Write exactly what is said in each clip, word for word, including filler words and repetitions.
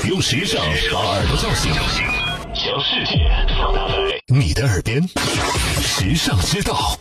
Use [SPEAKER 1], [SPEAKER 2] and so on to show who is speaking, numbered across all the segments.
[SPEAKER 1] 用时尚把耳朵叫醒，将世界放大在你的耳边。时尚之道，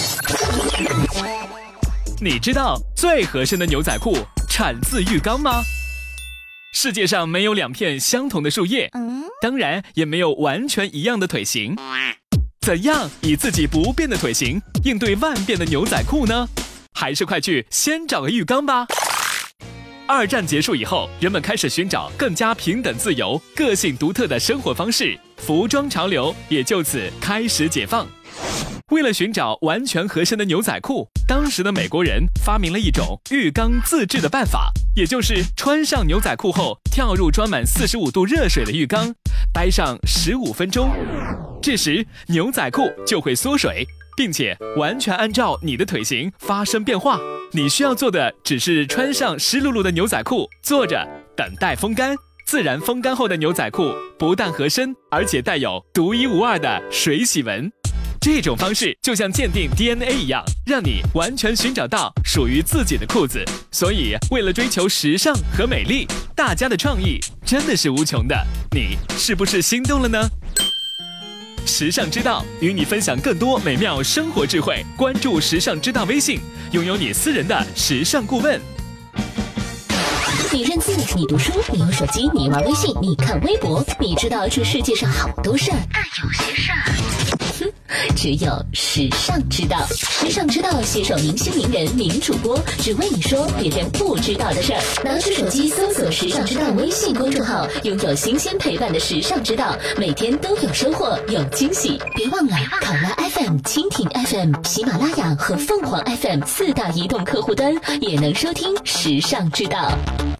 [SPEAKER 2] 你知道最合身的牛仔裤产自浴缸吗？世界上没有两片相同的树叶，当然也没有完全一样的腿型。怎样以自己不变的腿型应对万变的牛仔裤呢？还是快去先找个浴缸吧。二战结束以后，人们开始寻找更加平等自由、个性独特的生活方式，服装潮流也就此开始解放。为了寻找完全合身的牛仔裤，当时的美国人发明了一种浴缸自制的办法，也就是穿上牛仔裤后跳入装满四十五度热水的浴缸，待上十五分钟。这时牛仔裤就会缩水，并且完全按照你的腿型发生变化。你需要做的只是穿上湿漉漉的牛仔裤，坐着等待风干。自然风干后的牛仔裤不但合身，而且带有独一无二的水洗纹。这种方式就像鉴定 D N A 一样，让你完全寻找到属于自己的裤子。所以为了追求时尚和美丽，大家的创意真的是无穷的。你是不是心动了呢？时尚之道与你分享更多美妙生活智慧，关注时尚之道微信，拥有你私人的时尚顾问。
[SPEAKER 3] 你认字，你读书，你用手机，你玩微信，你看微博，你知道这世界上好多事儿，但有些事儿，哼，只有时尚知道。时尚知道携手明星名人名主播，只为你说别人不知道的事儿。拿出手机搜索时尚知道微信公众号，拥有新鲜陪伴的时尚知道，每天都有收获，有惊喜。别忘了考拉 F M、蜻蜓 F M、喜马拉雅和凤凰 F M 四大移动客户端也能收听时尚知道。